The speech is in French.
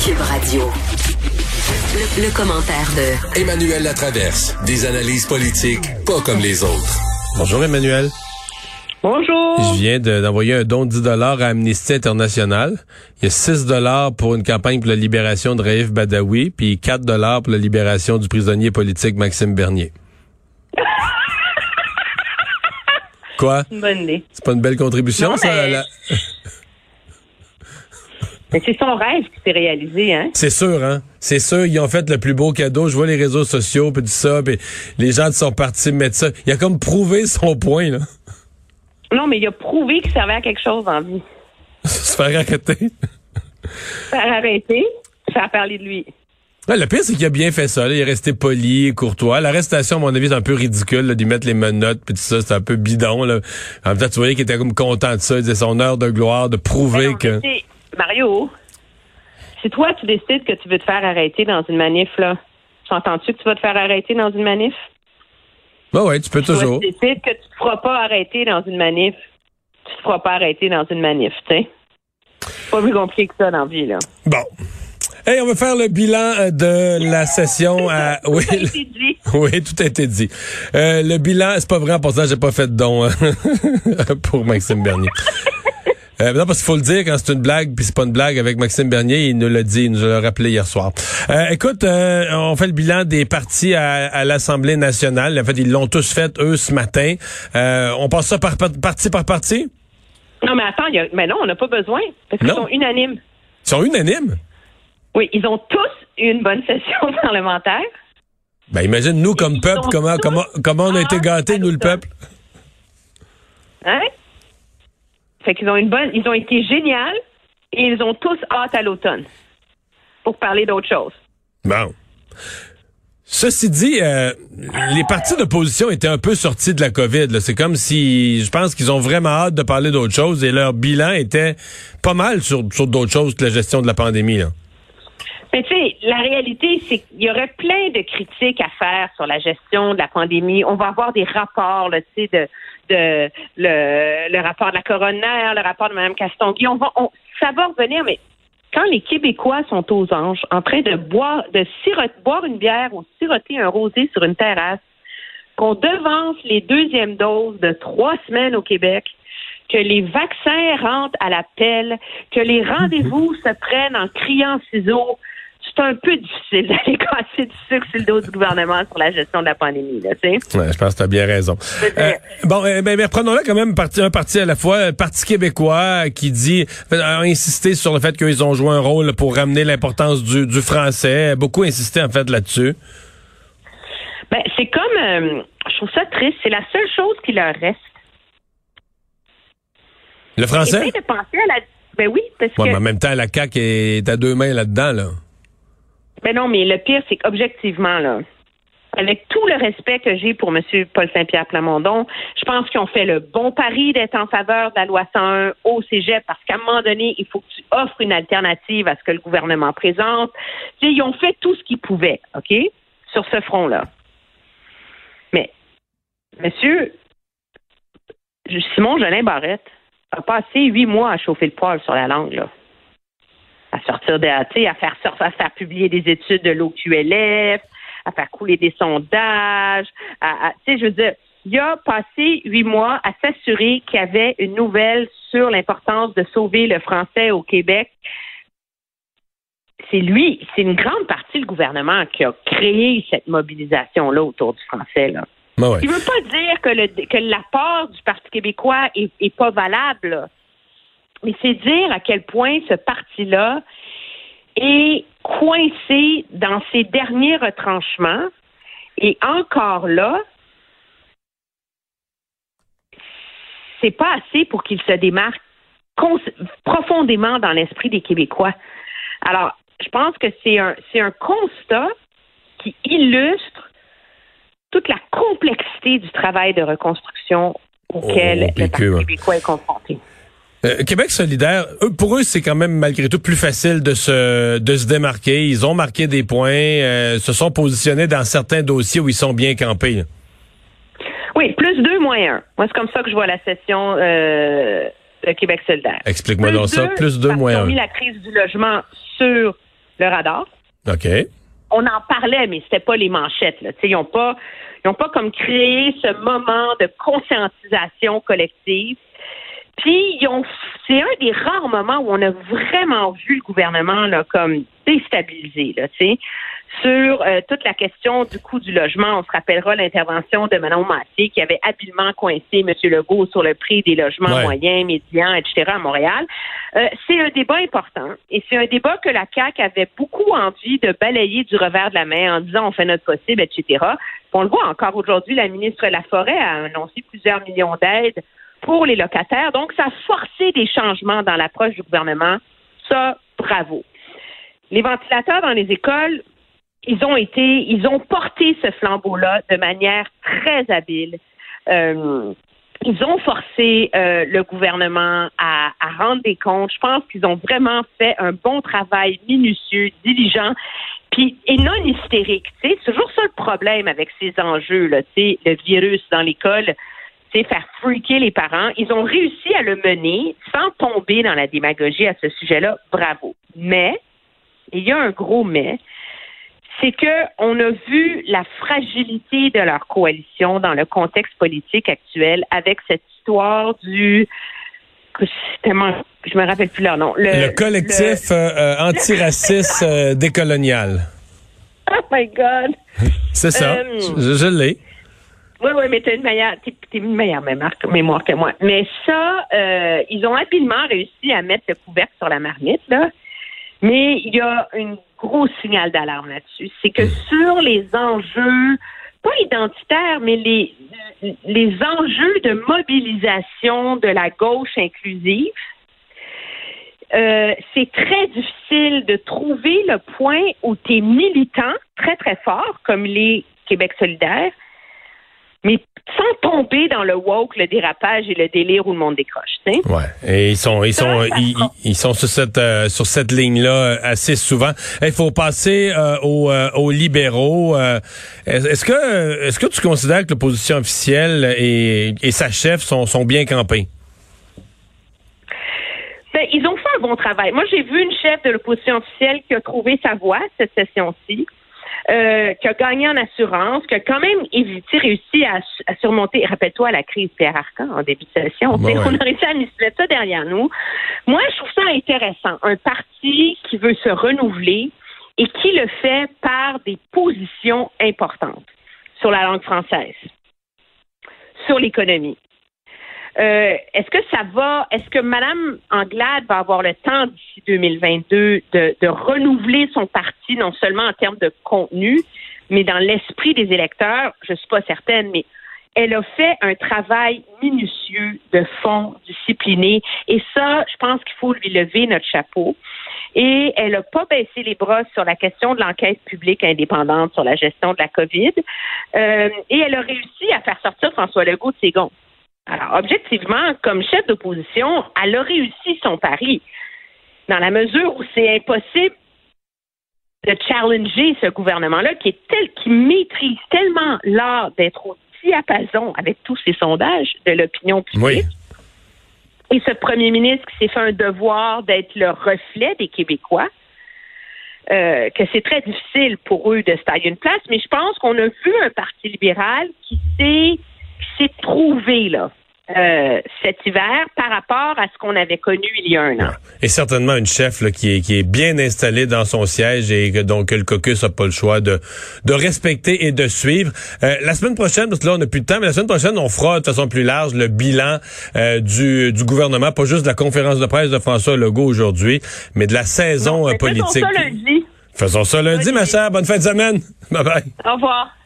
Cube Radio. Le commentaire de Emmanuel Latraverse. Des analyses politiques pas comme les autres. Bonjour Emmanuel. Bonjour. Je viens d'envoyer un don de 10 $ à Amnesty International. Il y a 6 $ pour une campagne pour la libération de Raif Badawi, puis 4 $ pour la libération du prisonnier politique Maxime Bernier. Quoi? Une bonne idée. C'est pas une belle contribution, non, ça? Mais c'est son rêve qui s'est réalisé, hein? C'est sûr, hein? C'est sûr, ils ont fait le plus beau cadeau. Je vois les réseaux sociaux, puis tout ça, puis les gens sont partis mettre ça. Il a comme prouvé son point, là. Non, mais il a prouvé qu'il servait à quelque chose en vie. Se faire arrêter. Faire arrêter, faire parler de lui. Ouais, le pire, c'est qu'il a bien fait ça. Là. Il est resté poli, courtois. L'arrestation, à mon avis, c'est un peu ridicule, là, d'y mettre les menottes, puis tout ça, c'est un peu bidon. Là. En même temps, tu voyais qu'il était comme content de ça. Il disait son heure de gloire, de prouver que... Mario, si toi, tu décides que tu veux te faire arrêter dans une manif, là, tu entends-tu que tu vas te faire arrêter dans une manif? Ben ouais, tu peux toujours. Si tu décides que tu te feras pas arrêter dans une manif, tu te feras pas arrêter dans une manif, tu sais. C'est pas plus compliqué que ça dans la vie, là. Bon. Hey, on va faire le bilan de la session à... Oui, tout a été dit. Oui, tout a été dit. Le bilan, c'est pas vrai, pour ça, j'ai pas fait de don pour Maxime Bernier. Non, parce qu'il faut le dire, quand c'est une blague, puis c'est pas une blague avec Maxime Bernier, il nous l'a dit, il nous l'a rappelé hier soir. Écoute, on fait le bilan des partis à l'Assemblée nationale. En fait, ils l'ont tous fait, eux, ce matin. On passe ça parti par parti? Non, mais attends, mais non, on n'a pas besoin, parce qu'ils sont unanimes. Ils sont unanimes? Oui, ils ont tous eu une bonne session parlementaire. Ben, imagine, nous, comme peuple, comment on a été gâtés, nous, le peuple. Hein? Fait qu'ils ont ils ont été géniaux et ils ont tous hâte à l'automne pour parler d'autre chose. Bon. Ceci dit, les partis d'opposition étaient un peu sortis de la COVID. Là. C'est comme si, je pense qu'ils ont vraiment hâte de parler d'autre chose et leur bilan était pas mal sur d'autres choses que la gestion de la pandémie. Là. Mais tu sais, la réalité, c'est qu'il y aurait plein de critiques à faire sur la gestion de la pandémie. On va avoir des rapports, là, tu sais, le rapport de la coroner, le rapport de Mme Castonguay. Ça va revenir, mais quand les Québécois sont aux anges, en train de boire une bière ou siroter un rosé sur une terrasse, qu'on devance les deuxièmes doses de 3 semaines au Québec, que les vaccins rentrent à la pelle, que les rendez-vous se prennent en criant ciseaux, c'est un peu difficile d'aller casser du sucre sur le dos du gouvernement sur la gestion de la pandémie, là, tu sais. Ouais, je pense que tu as bien raison. Mais reprenons-là quand même un parti à la fois. Le Parti québécois qui a insisté sur le fait qu'ils ont joué un rôle pour ramener l'importance du français. Beaucoup insisté, en fait, là-dessus. Ben, c'est comme, je trouve ça triste. C'est la seule chose qui leur reste. Le français? Essaye de penser à la... Ben oui, parce que... Mais en même temps, la CAQ est à 2 mains là-dedans, là. Ben non, mais le pire, c'est qu'objectivement, là, avec tout le respect que j'ai pour M. Paul Saint-Pierre Plamondon, je pense qu'ils ont fait le bon pari d'être en faveur de la loi 101 au cégep, parce qu'à un moment donné, il faut que tu offres une alternative à ce que le gouvernement présente. Tu sais, ils ont fait tout ce qu'ils pouvaient, OK, sur ce front-là. Mais, monsieur Simon Jolin Barrette a passé 8 mois à chauffer le poil sur la langue, là. À sortir à faire publier des études de l'OQLF, à faire couler des sondages, tu sais, je veux dire, il a passé 8 mois à s'assurer qu'il y avait une nouvelle sur l'importance de sauver le français au Québec. C'est une grande partie du gouvernement qui a créé cette mobilisation-là autour du français, là. Ben ouais. Il ne veut pas dire que l'apport du Parti québécois est pas valable, là. Mais c'est dire à quel point ce parti-là est coincé dans ses derniers retranchements. Et encore là, c'est pas assez pour qu'il se démarque profondément dans l'esprit des Québécois. Alors, je pense que c'est un constat qui illustre toute la complexité du travail de reconstruction auquel le Parti québécois est confronté. Québec solidaire, pour eux, c'est quand même malgré tout plus facile de se démarquer. Ils ont marqué des points, se sont positionnés dans certains dossiers où ils sont bien campés. Là. Oui, plus 2, moins 1. Moi, c'est comme ça que je vois la session de Québec solidaire. Explique-moi donc ça, plus 2, moins 1. Ils ont mis la crise du logement sur le radar. OK. On en parlait, mais c'était pas les manchettes, là. Tu sais, ils ont pas comme créé ce moment de conscientisation collective. Puis, c'est un des rares moments où on a vraiment vu le gouvernement là, comme déstabilisé, là, tu sais, sur toute la question du coût du logement. On se rappellera l'intervention de Manon Massé qui avait habilement coincé M. Legault sur le prix des logements moyens, médians, etc. à Montréal. C'est un débat important et c'est un débat que la CAQ avait beaucoup envie de balayer du revers de la main en disant on fait notre possible, etc. On le voit encore aujourd'hui, la ministre Laforêt a annoncé plusieurs millions d'aides pour les locataires. Donc, ça a forcé des changements dans l'approche du gouvernement. Ça, bravo. Les ventilateurs dans les écoles, ils ont porté ce flambeau-là de manière très habile. Ils ont forcé le gouvernement à rendre des comptes. Je pense qu'ils ont vraiment fait un bon travail minutieux, diligent, et non hystérique. C'est toujours ça le problème avec ces enjeux-là. Le virus dans l'école, faire freaker les parents. Ils ont réussi à le mener sans tomber dans la démagogie à ce sujet-là. Bravo. Mais, il y a un gros mais, c'est que on a vu la fragilité de leur coalition dans le contexte politique actuel avec cette histoire je me rappelle plus leur nom. Le collectif antiraciste décolonial. Oh my God! C'est ça. Je l'ai. Oui, mais t'es une meilleure mémoire que moi. Mais ça, ils ont habilement réussi à mettre le couvercle sur la marmite, là. Mais il y a un gros signal d'alarme là-dessus. C'est que sur les enjeux, pas identitaires, mais les enjeux de mobilisation de la gauche inclusive, c'est très difficile de trouver le point où tu es militant très, très fort, comme les Québec solidaires, mais sans tomber dans le woke, le dérapage et le délire où le monde décroche, tu sais. Ouais. Et ils sont sur cette ligne-là assez souvent. Il faut passer aux libéraux. Est-ce que tu considères que l'opposition officielle et sa chef sont bien campés? Ben, ils ont fait un bon travail. Moi, j'ai vu une chef de l'opposition officielle qui a trouvé sa voie cette session-ci. Qui a gagné en assurance, qui a quand même réussi à surmonter, rappelle-toi, la crise Pierre Arcan en début de session. On a réussi à mettre ça derrière nous. Moi, je trouve ça intéressant. Un parti qui veut se renouveler et qui le fait par des positions importantes sur la langue française, sur l'économie. Est-ce que Mme Anglade va avoir le temps d'ici 2022 de renouveler son parti, non seulement en termes de contenu, mais dans l'esprit des électeurs? Je ne suis pas certaine, mais elle a fait un travail minutieux de fond, discipliné, et ça, je pense qu'il faut lui lever notre chapeau. Et elle n'a pas baissé les bras sur la question de l'enquête publique indépendante sur la gestion de la COVID, et elle a réussi à faire sortir François Legault de ses gonds. Alors, objectivement, comme chef d'opposition, elle a réussi son pari. Dans la mesure où c'est impossible de challenger ce gouvernement-là qui maîtrise tellement l'art d'être au diapason avec tous ces sondages de l'opinion publique. Oui. Et ce premier ministre qui s'est fait un devoir d'être le reflet des Québécois, que c'est très difficile pour eux de se tailler une place. Mais je pense qu'on a vu un parti libéral qui s'est trouvé, là, cet hiver par rapport à ce qu'on avait connu il y a un an. Et certainement une chef là, qui est bien installée dans son siège et que donc le caucus n'a pas le choix de respecter et de suivre. La semaine prochaine, parce que là on n'a plus de temps, mais la semaine prochaine on fera de façon plus large le bilan du gouvernement, pas juste de la conférence de presse de François Legault aujourd'hui, mais de la saison politique. Faisons ça lundi. Faisons ça lundi, ma chère. Bonne fin de semaine. Bye bye. Au revoir.